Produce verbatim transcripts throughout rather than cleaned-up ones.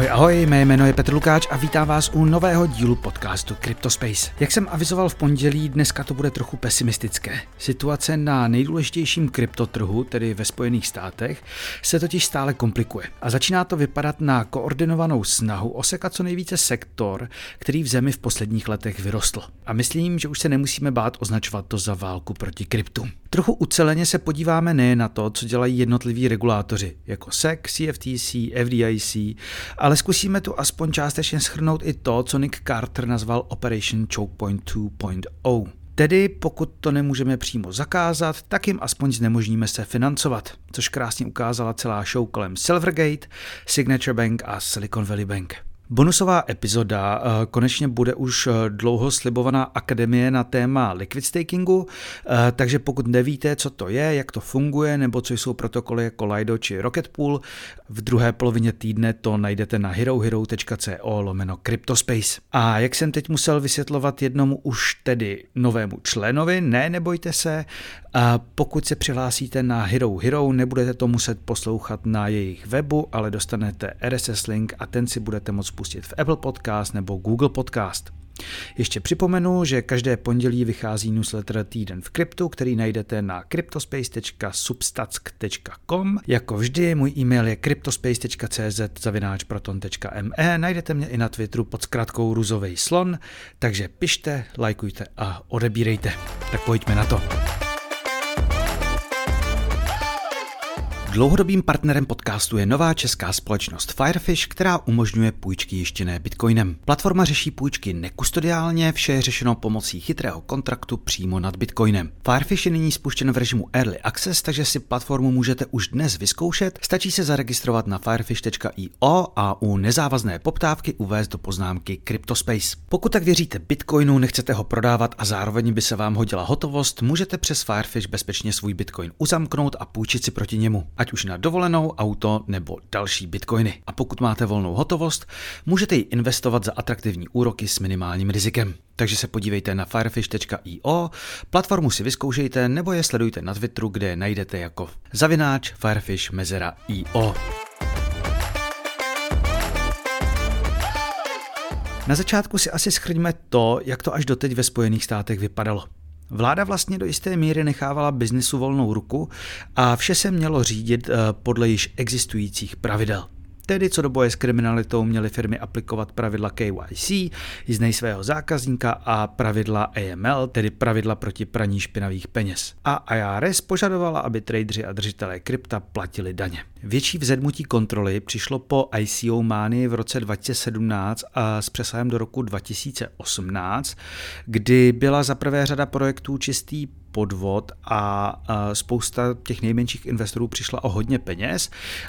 Ahoj, ahoj, mé jméno je Petr Lukáč a vítám vás u nového dílu podcastu CryptoSpace. Jak jsem avizoval v pondělí, dneska to bude trochu pesimistické. Situace na nejdůležitějším kryptotrhu, tedy ve Spojených státech, se totiž stále komplikuje. A začíná to vypadat na koordinovanou snahu osekat co nejvíce sektor, který v zemi v posledních letech vyrostl. A myslím, že už se nemusíme bát označovat to za válku proti kryptu. Trochu uceleně se podíváme nejen na to, co dělají jednotliví regulátoři, jako S E C, C F T C, F D I C, ale zkusíme tu aspoň částečně shrnout i to, co Nick Carter nazval Operation Choke Point dva tečka nula. Tedy pokud to nemůžeme přímo zakázat, tak jim aspoň znemožníme se financovat, což krásně ukázala celá show kolem Silvergate, Signature Bank a Silicon Valley Bank. Bonusová epizoda konečně bude už dlouho slibovaná akademie na téma liquid stakingu, takže pokud nevíte, co to je, jak to funguje, nebo co jsou protokoly jako Lido či Rocket Pool, v druhé polovině týdne to najdete na herohero tečka co lomeno CryptoSpace. A jak jsem teď musel vysvětlovat jednomu už tedy novému členovi, ne, nebojte se, a pokud se přihlásíte na Hero Hero, nebudete to muset poslouchat na jejich webu, ale dostanete R S S link a ten si budete moct pustit v Apple Podcast nebo Google Podcast. Ještě připomenu, že každé pondělí vychází newsletter Týden v kryptu, který najdete na cryptospace tečka substatsk tečka com. Jako vždy, můj e-mail je cryptospace tečka cz zavináč proton tečka me. Najdete mě i na Twitteru pod zkratkou Růzovej slon, takže pište, lajkujte a odebírejte. Tak pojďme na to. Dlouhodobým partnerem podcastu je nová česká společnost Firefish, která umožňuje půjčky jištěné bitcoinem. Platforma řeší půjčky nekustodiálně, vše je řešeno pomocí chytrého kontraktu přímo nad bitcoinem. Firefish je nyní spuštěn v režimu Early Access, takže si platformu můžete už dnes vyzkoušet. Stačí se zaregistrovat na firefish tečka io a u nezávazné poptávky uvést do poznámky CryptoSpace. Pokud tak věříte bitcoinu, nechcete ho prodávat a zároveň by se vám hodila hotovost, můžete přes Firefish bezpečně svůj bitcoin uzamknout a půjčit si proti němu. Ať už na dovolenou, auto nebo další bitcoiny. A pokud máte volnou hotovost, můžete ji investovat za atraktivní úroky s minimálním rizikem. Takže se podívejte na firefish tečka io, platformu si vyzkoušejte nebo je sledujte na Twitteru, kde je najdete jako zavináč firefish mezera io. Na začátku si asi shrňme to, jak to až doteď ve Spojených státech vypadalo. Vláda vlastně do jisté míry nechávala biznesu volnou ruku a vše se mělo řídit podle již existujících pravidel. Tedy co do boje s kriminalitou měly firmy aplikovat pravidla K Y C, znej svého zákazníka a pravidla A M L, tedy pravidla proti praní špinavých peněz. A I R S požadovala, aby tradeři a držitelé krypta platili daně. Větší vzedmutí kontroly přišlo po I C O mánii v roce dva tisíce sedmnáct a s přesahem do roku dva tisíce osmnáct, kdy byla za prvé řada projektů čistý podvod a spousta těch nejmenších investorů přišla o hodně peněz.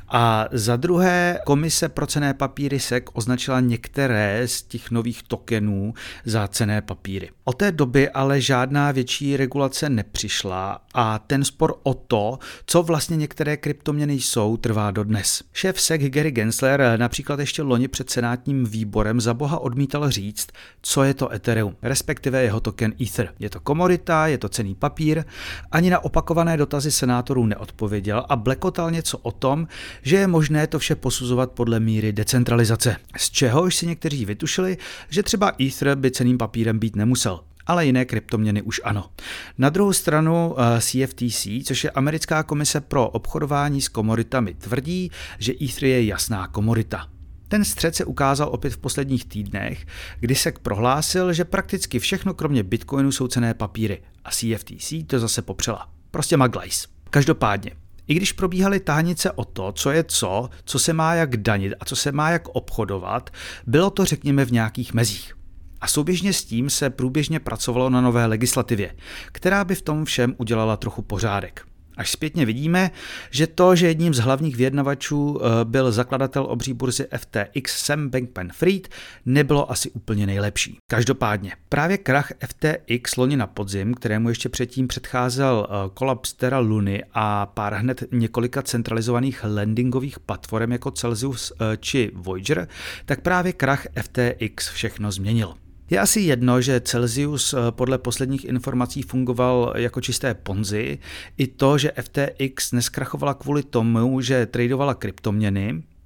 A za druhé, komise pro cenné papíry S E C označila některé z těch nových tokenů za cenné papíry. Od té doby ale žádná větší regulace nepřišla a ten spor o to, co vlastně některé kryptoměny jsou, trvá dodnes. Šéf S E C Gary Gensler například ještě loni před senátním výborem za boha odmítal říct, co je to Ethereum, respektive jeho token Ether. Je to komodita, je to cenný papír, papír, ani na opakované dotazy senátorů neodpověděl a blekotal něco o tom, že je možné to vše posuzovat podle míry decentralizace. Z čehož si někteří vytušili, že třeba Ether by cenným papírem být nemusel. Ale jiné kryptoměny už ano. Na druhou stranu C F T C, což je americká komise pro obchodování s komoditami, tvrdí, že Ether je jasná komodita. Ten střet se ukázal opět v posledních týdnech, kdy S E C prohlásil, že prakticky všechno kromě bitcoinu jsou cenné papíry a C F T C to zase popřela. Prostě maglajs. Každopádně, i když probíhaly tahanice o to, co je co, co se má jak danit a co se má jak obchodovat, bylo to řekněme v nějakých mezích. A souběžně s tím se průběžně pracovalo na nové legislativě, která by v tom všem udělala trochu pořádek. Až zpětně vidíme, že to, že jedním z hlavních vyjednavačů byl zakladatel obří burzy F T X Sam Bankman-Fried, nebylo asi úplně nejlepší. Každopádně, právě krach F T X loni na podzim, kterému ještě předtím předcházel kolaps Terra Luny a pár hned několika centralizovaných lendingových platform jako Celsius či Voyager, tak právě krach F T X všechno změnil. Je asi jedno, že Celsius podle posledních informací fungoval jako čisté ponzi, i to, že F T X neskrachovala kvůli tomu, že tradovala kryptoměny,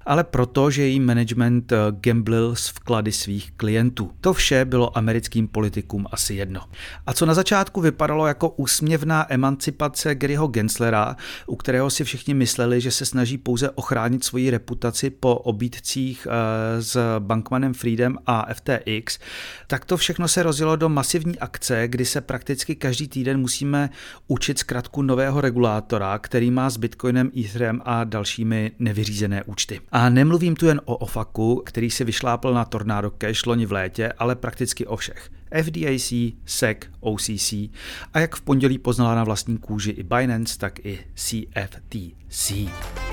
ale proto, že její management gamblil s vklady svých klientů. To vše bylo americkým politikům asi jedno. A co na začátku vypadalo jako úsměvná emancipace Garyho Genslera, u kterého si všichni mysleli, že se snaží pouze ochránit svoji reputaci po obídcích s Bankmanem Friedem a F T X, tak to všechno se rozjelo do masivní akce, kdy se prakticky každý týden musíme učit zkratku nového regulátora, který má s Bitcoinem, Etherem a dalšími nevyřízené účty. A nemluvím tu jen o OFACu, který si vyšlápl na Tornado Cash loni v létě, ale prakticky o všech. F D I C, S E C, O C C a jak v pondělí poznala na vlastní kůži i Binance, tak i C F T C.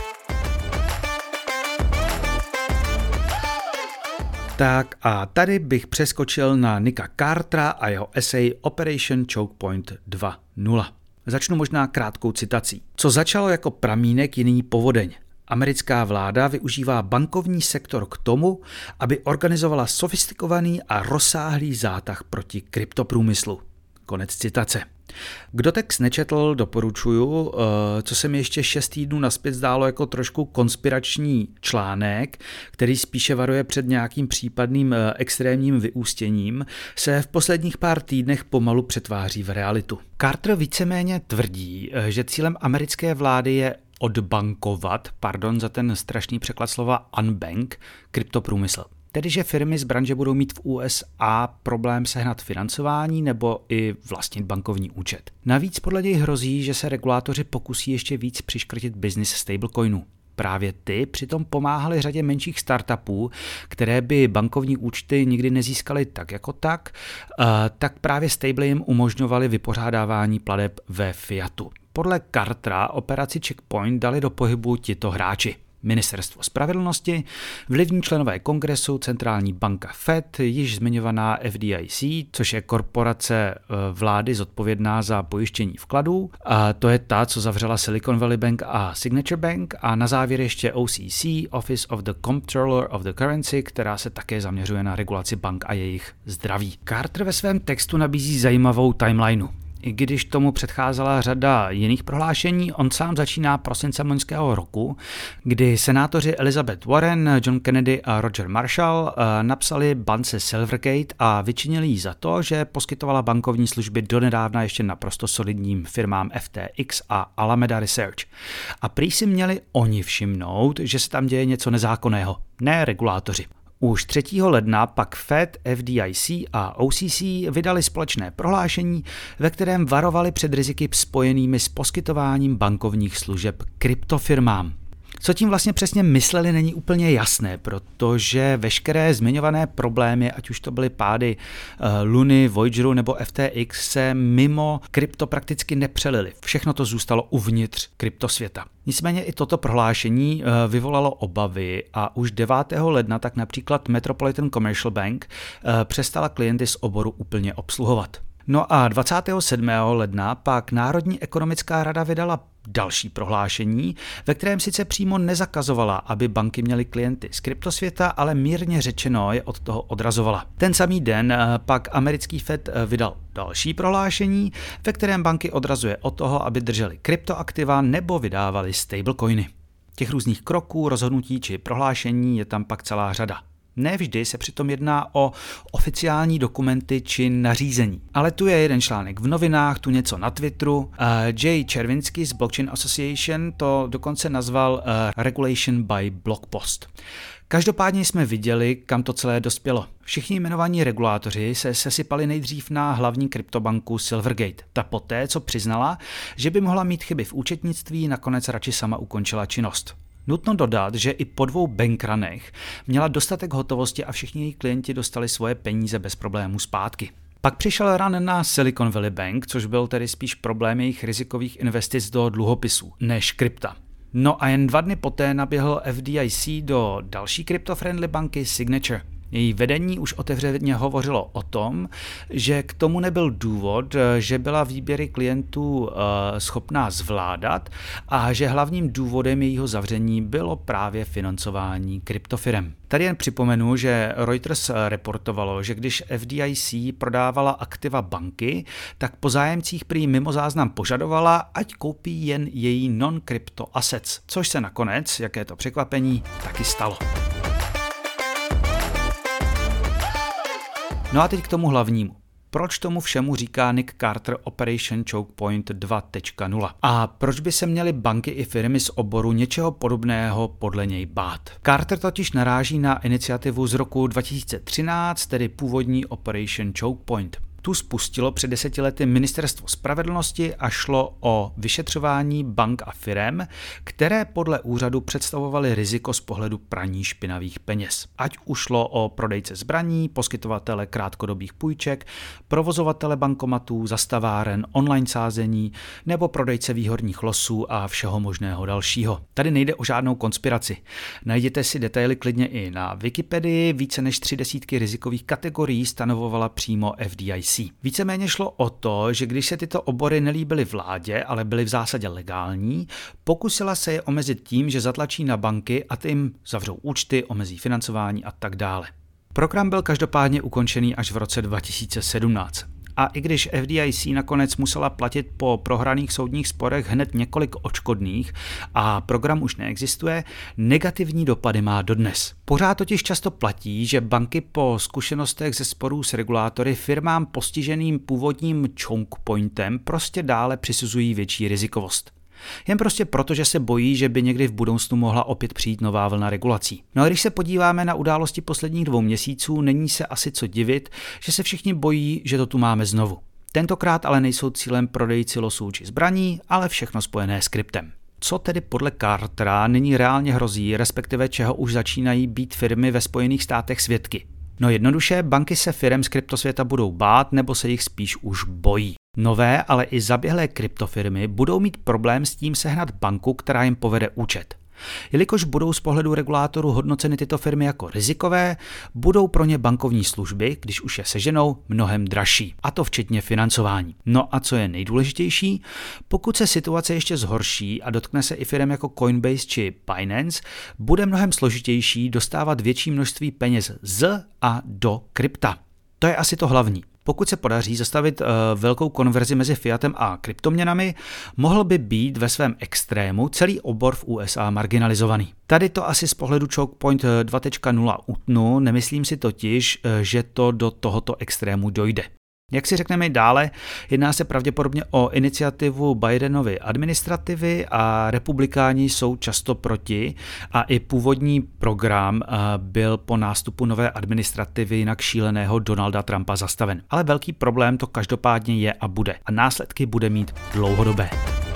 Tak a tady bych přeskočil na Nicka Cartera a jeho esej Operation Choke Point dva tečka nula. Začnu možná krátkou citací. Co začalo jako pramínek, je nyní povodeň. Americká vláda využívá bankovní sektor k tomu, aby organizovala sofistikovaný a rozsáhlý zátah proti kryptoprůmyslu. Konec citace. Kdo text nečetl, doporučuju, co se mi ještě šest týdnů nazpět zdálo jako trošku konspirační článek, který spíše varuje před nějakým případným extrémním vyústěním, se v posledních pár týdnech pomalu přetváří v realitu. Carter víceméně tvrdí, že cílem americké vlády je odbankovat, pardon za ten strašný překlad slova unbank, kryptoprůmysl. Tedy, že firmy z branže budou mít v U S A problém sehnat financování nebo i vlastnit bankovní účet. Navíc podle něj hrozí, že se regulátoři pokusí ještě víc přiškrtit biznis stablecoinů. Právě ty přitom pomáhaly řadě menších startupů, které by bankovní účty nikdy nezískaly tak jako tak, tak právě stable jim umožňovaly vypořádávání plateb ve fiatu. Podle Cartera operaci Checkpoint dali do pohybu tito hráči. Ministerstvo spravedlnosti, vlivní členové kongresu, centrální banka Fed, již zmiňovaná F D I C, což je korporace vlády zodpovědná za pojištění vkladů. A to je ta, co zavřela Silicon Valley Bank a Signature Bank. A na závěr ještě O C C, Office of the Comptroller of the Currency, která se také zaměřuje na regulaci bank a jejich zdraví. Carter ve svém textu nabízí zajímavou timelineu. I když tomu předcházela řada jiných prohlášení, on sám začíná prosincem loňského roku, kdy senátoři Elizabeth Warren, John Kennedy a Roger Marshall napsali bance Silvergate a vyčinili jí za to, že poskytovala bankovní služby donedávna ještě naprosto solidním firmám F T X a Alameda Research. A prý si měli oni všimnout, že se tam děje něco nezákonného, ne regulátoři. Už třetího ledna pak Fed, F D I C a O C C vydali společné prohlášení, ve kterém varovali před riziky spojenými s poskytováním bankovních služeb kryptofirmám. Co tím vlastně přesně mysleli, není úplně jasné, protože veškeré zmiňované problémy, ať už to byly pády Luny, Voyageru nebo F T X, se mimo krypto prakticky nepřelily. Všechno to zůstalo uvnitř kryptosvěta. Nicméně i toto prohlášení vyvolalo obavy a už devátého ledna tak například Metropolitan Commercial Bank přestala klienty z oboru úplně obsluhovat. No a dvacátého sedmého ledna pak Národní ekonomická rada vydala další prohlášení, ve kterém sice přímo nezakazovala, aby banky měly klienty z kryptosvěta, ale mírně řečeno je od toho odrazovala. Ten samý den pak americký Fed vydal další prohlášení, ve kterém banky odrazuje od toho, aby drželi kryptoaktiva nebo vydávali stablecoiny. Těch různých kroků, rozhodnutí či prohlášení je tam pak celá řada. Nevždy se přitom jedná o oficiální dokumenty či nařízení. Ale tu je jeden článek v novinách, tu něco na Twitteru. Jay Červinsky z Blockchain Association to dokonce nazval Regulation by Blog Post. Každopádně jsme viděli, kam to celé dospělo. Všichni jmenovaní regulátoři se sesypali nejdřív na hlavní kryptobanku Silvergate. Ta poté, co přiznala, že by mohla mít chyby v účetnictví, nakonec radši sama ukončila činnost. Nutno dodat, že i po dvou bankranech měla dostatek hotovosti a všichni její klienti dostali svoje peníze bez problémů zpátky. Pak přišel run na Silicon Valley Bank, což byl tedy spíš problém jejich rizikových investic do dluhopisů než krypta. No a jen dva dny poté naběhl F D I C do další crypto-friendly banky Signature. Její vedení už otevřeně hovořilo o tom, že k tomu nebyl důvod, že byla výběry klientů schopná zvládat a že hlavním důvodem jejího zavření bylo právě financování kryptofirem. Tady jen připomenu, že Reuters reportovalo, že když F D I C prodávala aktiva banky, tak po zájemcích prý mimo záznam požadovala, ať koupí jen její non-crypto assets, což se nakonec, jaké to překvapení, taky stalo. No a teď k tomu hlavnímu. Proč tomu všemu říká Nick Carter Operation Choke Point dva tečka nula? A proč by se měly banky i firmy z oboru něčeho podobného podle něj bát? Carter totiž naráží na iniciativu z roku dva tisíce třináct, tedy původní Operation Choke Point. Tu spustilo před deseti lety Ministerstvo spravedlnosti a šlo o vyšetřování bank a firem, které podle úřadu představovaly riziko z pohledu praní špinavých peněz. Ať už šlo o prodejce zbraní, poskytovatele krátkodobých půjček, provozovatele bankomatů, zastaváren, online sázení nebo prodejce výhodných losů a všeho možného dalšího. Tady nejde o žádnou konspiraci. Najděte si detaily klidně i na Wikipedii, více než tři desítky rizikových kategorií stanovovala přímo F D I C. Víceméně šlo o to, že když se tyto obory nelíbily vládě, ale byly v zásadě legální, pokusila se je omezit tím, že zatlačí na banky a ty jim zavřou účty, omezí financování a tak dále. Program byl každopádně ukončený až v roce dva tisíce sedmnáct. A i když F D I C nakonec musela platit po prohraných soudních sporech hned několik odškodných a program už neexistuje, negativní dopady má dodnes. Pořád totiž často platí, že banky po zkušenostech ze sporů s regulátory firmám postiženým původním choke pointem prostě dále přisuzují větší rizikovost. Jen prostě proto, že se bojí, že by někdy v budoucnu mohla opět přijít nová vlna regulací. No a když se podíváme na události posledních dvou měsíců, není se asi co divit, že se všichni bojí, že to tu máme znovu. Tentokrát ale nejsou cílem prodejci losů či zbraní, ale všechno spojené s kryptem. Co tedy podle Cartera nyní reálně hrozí, respektive čeho už začínají být firmy ve Spojených státech svědky? No jednoduše, banky se firem z kryptosvěta budou bát nebo se jich spíš už bojí. Nové, ale i zaběhlé kryptofirmy budou mít problém s tím sehnat banku, která jim povede účet. Jelikož budou z pohledu regulátorů hodnoceny tyto firmy jako rizikové, budou pro ně bankovní služby, když už je seženou, mnohem dražší, a to včetně financování. No a co je nejdůležitější, pokud se situace ještě zhorší a dotkne se i firm jako Coinbase či Binance, bude mnohem složitější dostávat větší množství peněz z a do krypta. To je asi to hlavní. Pokud se podaří zastavit uh, velkou konverzi mezi fiatem a kryptoměnami, mohl by být ve svém extrému celý obor v U S A marginalizovaný. Tady to asi z pohledu Choke Point dva tečka nula utnu, nemyslím si totiž, že to do tohoto extrému dojde. Jak si řekneme dále, jedná se pravděpodobně o iniciativu Bidenovy administrativy a republikáni jsou často proti a i původní program byl po nástupu nové administrativy jinak šíleného Donalda Trumpa zastaven. Ale velký problém to každopádně je a bude a následky bude mít dlouhodobé.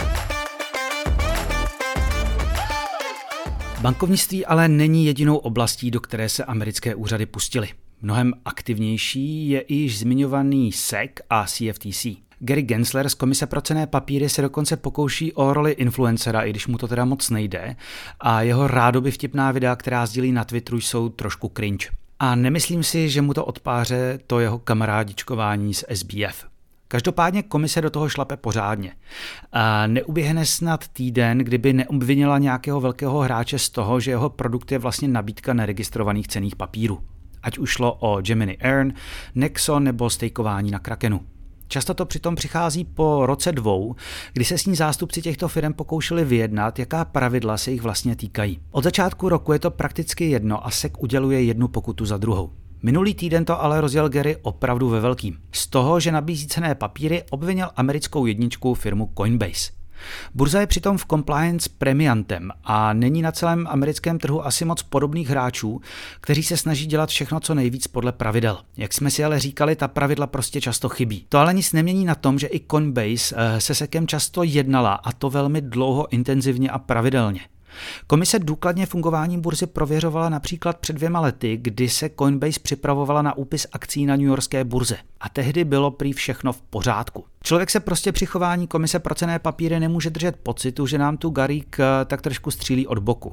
Bankovnictví ale není jedinou oblastí, do které se americké úřady pustily. Mnohem aktivnější je i již zmiňovaný S E C a C F T C. Gary Gensler z Komise pro cenné papíry se dokonce pokouší o roli influencera, i když mu to teda moc nejde, a jeho rádoby vtipná videa, která sdílí na Twitteru, jsou trošku cringe. A nemyslím si, že mu to odpáře to jeho kamarádičkování s S B F. Každopádně komise do toho šlape pořádně. A neuběhne snad týden, kdyby neobvinila nějakého velkého hráče z toho, že jeho produkt je vlastně nabídka neregistrovaných cenných papírů. Ať už šlo o Gemini Earn, Nexo nebo stejkování na Krakenu. Často to přitom přichází po roce dvou, kdy se s ní zástupci těchto firm pokoušeli vyjednat, jaká pravidla se jich vlastně týkají. Od začátku roku je to prakticky jedno a S E C uděluje jednu pokutu za druhou. Minulý týden to ale rozjel Gary opravdu ve velkým. Z toho, že nabízí cenné papíry, obvinil americkou jedničku firmu Coinbase. Burza je přitom v compliance premiantem a není na celém americkém trhu asi moc podobných hráčů, kteří se snaží dělat všechno co nejvíc podle pravidel. Jak jsme si ale říkali, ta pravidla prostě často chybí. To ale nic nemění na tom, že i Coinbase se S E Cem často jednala, a to velmi dlouho, intenzivně a pravidelně. Komise důkladně fungování burzy prověřovala například před dvěma lety, kdy se Coinbase připravovala na úpis akcí na newyorské burze. A tehdy bylo prý všechno v pořádku. Člověk se prostě při chování Komise pro cenné papíry nemůže držet pocitu, že nám tu Garík tak trošku střílí od boku.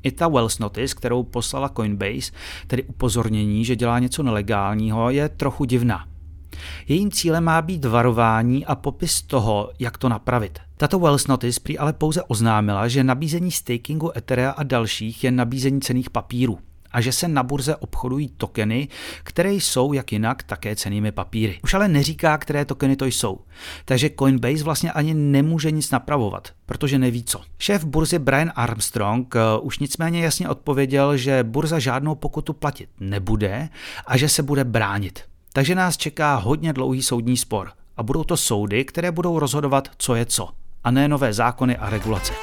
I ta Wells Notice, kterou poslala Coinbase, tedy upozornění, že dělá něco nelegálního, je trochu divná. Jejím cílem má být varování a popis toho, jak to napravit. Tato Wells Notice prý ale pouze oznámila, že nabízení stakingu Etherea a dalších je nabízení cenných papírů a že se na burze obchodují tokeny, které jsou jak jinak také cennými papíry. Už ale neříká, které tokeny to jsou. Takže Coinbase vlastně ani nemůže nic napravovat, protože neví co. Šéf burzy Brian Armstrong už nicméně jasně odpověděl, že burza žádnou pokutu platit nebude a že se bude bránit. Takže nás čeká hodně dlouhý soudní spor a budou to soudy, které budou rozhodovat, co je co, a ne nové zákony a regulace.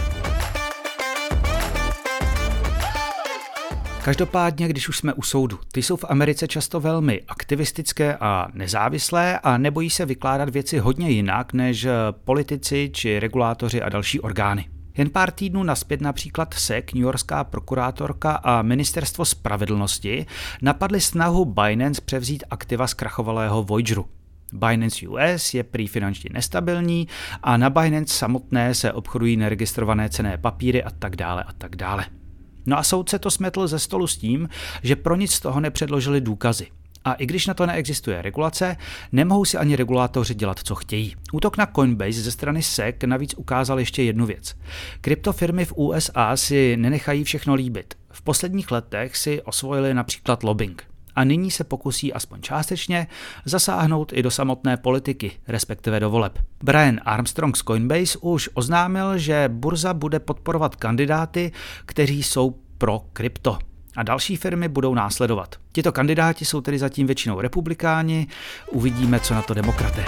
Každopádně, když už jsme u soudu, ty jsou v Americe často velmi aktivistické a nezávislé a nebojí se vykládat věci hodně jinak než politici či regulátoři a další orgány. Jen pár týdnů nazpět například S E C, newyorská prokurátorka a ministerstvo spravedlnosti napadly snahu Binance převzít aktiva zkrachovalého Voyageru. Binance U S je prý finančně nestabilní a na Binance samotné se obchodují neregistrované cenné papíry a tak dále a tak dále. No a soudce to smetl ze stolu s tím, že pro nic z toho nepředložili důkazy. A i když na to neexistuje regulace, nemohou si ani regulátoři dělat, co chtějí. Útok na Coinbase ze strany S E C navíc ukázal ještě jednu věc. Kryptofirmy v U S A si nenechají všechno líbit. V posledních letech si osvojili například lobbying. A nyní se pokusí aspoň částečně zasáhnout i do samotné politiky, respektive do voleb. Brian Armstrong z Coinbase už oznámil, že burza bude podporovat kandidáty, kteří jsou pro krypto. A další firmy budou následovat. Tito kandidáti jsou tedy zatím většinou republikáni, uvidíme, co na to demokraté.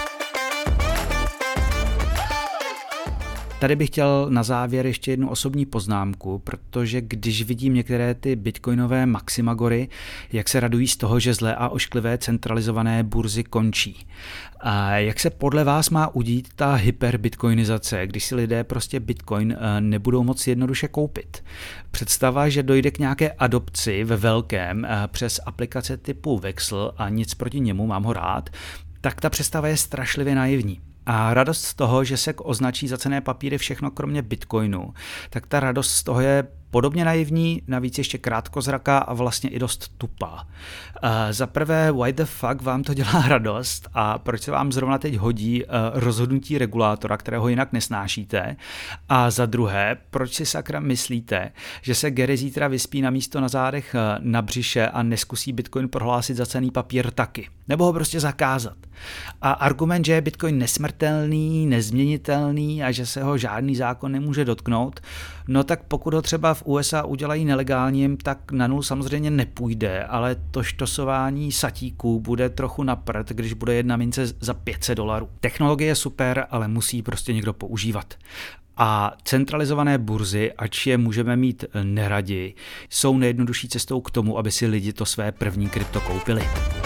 Tady bych chtěl na závěr ještě jednu osobní poznámku, protože když vidím některé ty bitcoinové maximagory, jak se radují z toho, že zlé a ošklivé centralizované burzy končí. A jak se podle vás má udít ta hyperbitcoinizace, když si lidé prostě bitcoin nebudou moc jednoduše koupit? Představa, že dojde k nějaké adopci ve velkém přes aplikace typu Vexl a nic proti němu, mám ho rád, tak ta představa je strašlivě naivní. A radost z toho, že se označí za cenné papíry všechno kromě bitcoinu, tak ta radost z toho je podobně naivní, navíc ještě krátkozraká a vlastně i dost tupá. Uh, za prvé, why the fuck vám to dělá radost a proč se vám zrovna teď hodí uh, rozhodnutí regulátora, kterého jinak nesnášíte? A za druhé, proč si sakra myslíte, že se Gary zítra vyspí na místo na zádech uh, na břiše a neskusí bitcoin prohlásit za cenný papír taky? Nebo ho prostě zakázat? A argument, že je bitcoin nesmrtelný, nezměnitelný a že se ho žádný zákon nemůže dotknout, no tak pokud ho třeba v U S A udělají nelegálním, tak na nul samozřejmě nepůjde, ale to štosování satíků bude trochu na prd, když bude jedna mince za pět set dolarů. Technologie je super, ale musí prostě někdo používat. A centralizované burzy, ač je můžeme mít neradi, jsou nejjednodušší cestou k tomu, aby si lidi to své první krypto koupili.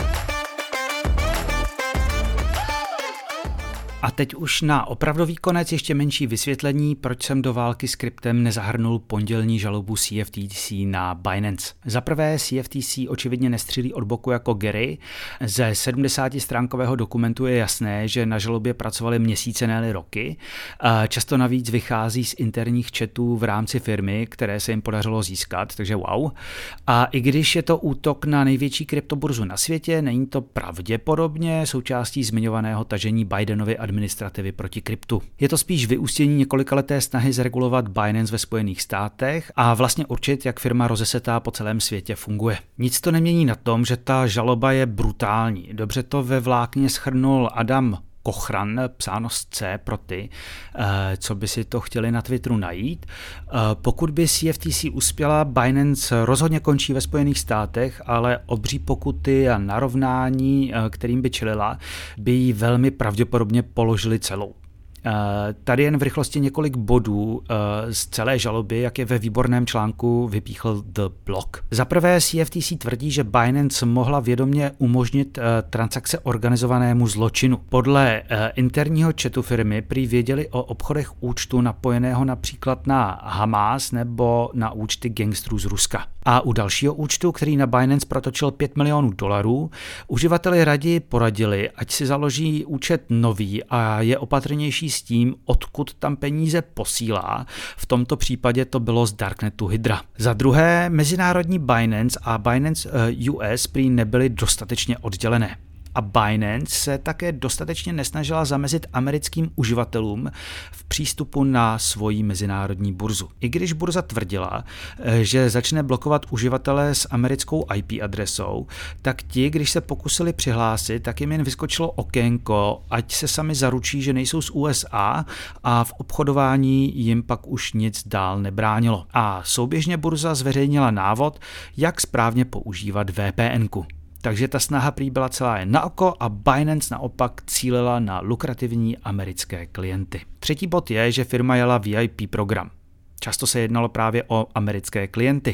A teď už na opravdový konec ještě menší vysvětlení, proč jsem do války s kryptem nezahrnul pondělní žalobu C F T C na Binance. Za prvé C F T C očividně nestřílí od boku jako Gary. Ze sedmdesátistránkového dokumentu je jasné, že na žalobě pracovali měsíce, ne roky. Často navíc vychází z interních chatů v rámci firmy, které se jim podařilo získat, takže wow. A i když je to útok na největší kryptoburzu na světě, není to pravděpodobně součástí zmiňovaného tažení Bidenovy administrativy proti kryptu. Je to spíš vyústění několikaleté snahy zregulovat Binance ve Spojených státech a vlastně určit, jak firma rozesetá po celém světě funguje. Nic to nemění na tom, že ta žaloba je brutální. Dobře to ve vlákně shrnul Adam Kochran, psáno s C pro ty, co by si to chtěli na Twitteru najít. Pokud by C F T C uspěla, Binance rozhodně končí ve Spojených státech, ale obří pokuty a narovnání, kterým by čelila, by jí velmi pravděpodobně položili celou. Tady jen v rychlosti několik bodů z celé žaloby, jak je ve výborném článku vypíchl The Block. Za prvé C F T C tvrdí, že Binance mohla vědomě umožnit transakce organizovanému zločinu. Podle interního chatu firmy prý věděli o obchodech účtu napojeného například na Hamas nebo na účty gangstrů z Ruska. A u dalšího účtu, který na Binance protočil pět milionů dolarů, uživateli raději poradili, ať si založí účet nový a je opatrnější s tím, odkud tam peníze posílá. V tomto případě to bylo z Darknetu Hydra. Za druhé, mezinárodní Binance a Binance U S prý nebyly dostatečně oddělené. A Binance se také dostatečně nesnažila zamezit americkým uživatelům v přístupu na svoji mezinárodní burzu. I když burza tvrdila, že začne blokovat uživatele s americkou I P adresou, tak ti, když se pokusili přihlásit, tak jim jen vyskočilo okénko, ať se sami zaručí, že nejsou z U S A a v obchodování jim pak už nic dál nebránilo. A souběžně burza zveřejnila návod, jak správně používat V P N ku. Takže ta snaha prý byla celá jen na oko a Binance naopak cílila na lukrativní americké klienty. Třetí bod je, že firma jela V I P program. Často se jednalo právě o americké klienty.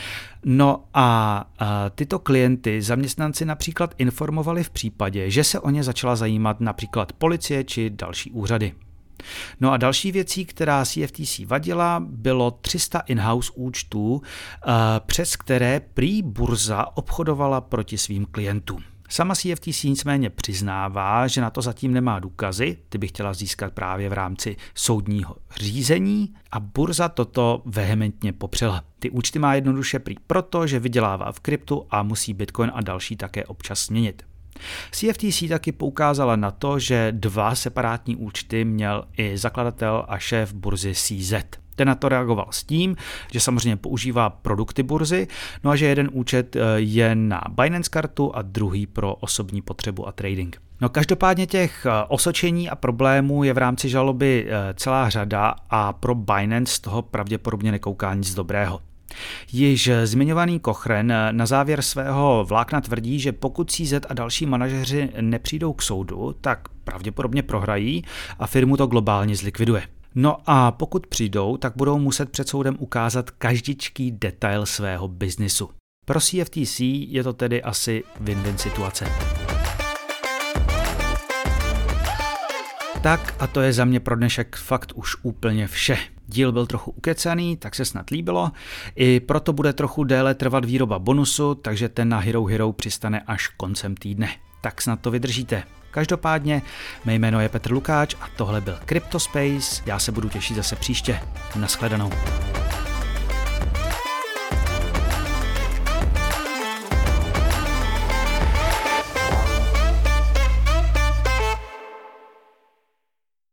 No a, a tyto klienty zaměstnanci například informovali v případě, že se o ně začala zajímat například policie či další úřady. No a další věcí, která C F T C vadila, bylo tři sta in-house účtů, přes které prý burza obchodovala proti svým klientům. Sama C F T C nicméně přiznává, že na to zatím nemá důkazy, ty by chtěla získat právě v rámci soudního řízení a burza toto vehementně popřela. Ty účty má jednoduše prý proto, že vydělává v kryptu a musí Bitcoin a další také občas změnit. C F T C taky poukázala na to, že dva separátní účty měl i zakladatel a šéf burzy C Z. Ten na to reagoval s tím, že samozřejmě používá produkty burzy, no a že jeden účet je na Binance kartu a druhý pro osobní potřebu a trading. No každopádně těch osočení a problémů je v rámci žaloby celá řada a pro Binance z toho pravděpodobně nekouká nic dobrého. Již zmiňovaný Cochrane na závěr svého vlákna tvrdí, že pokud C Z a další manažeři nepřijdou k soudu, tak pravděpodobně prohrají a firmu to globálně zlikviduje. No a pokud přijdou, tak budou muset před soudem ukázat každičký detail svého biznisu. Pro C F T C je to tedy asi win-win situace. Tak a to je za mě pro dnešek fakt už úplně vše. Díl byl trochu ukecaný, tak se snad líbilo. I proto bude trochu déle trvat výroba bonusu, takže ten na Hero Hero přistane až koncem týdne. Tak snad to vydržíte. Každopádně, mé jméno je Petr Lukáč a tohle byl CryptoSpace. Já se budu těšit zase příště. Naschledanou.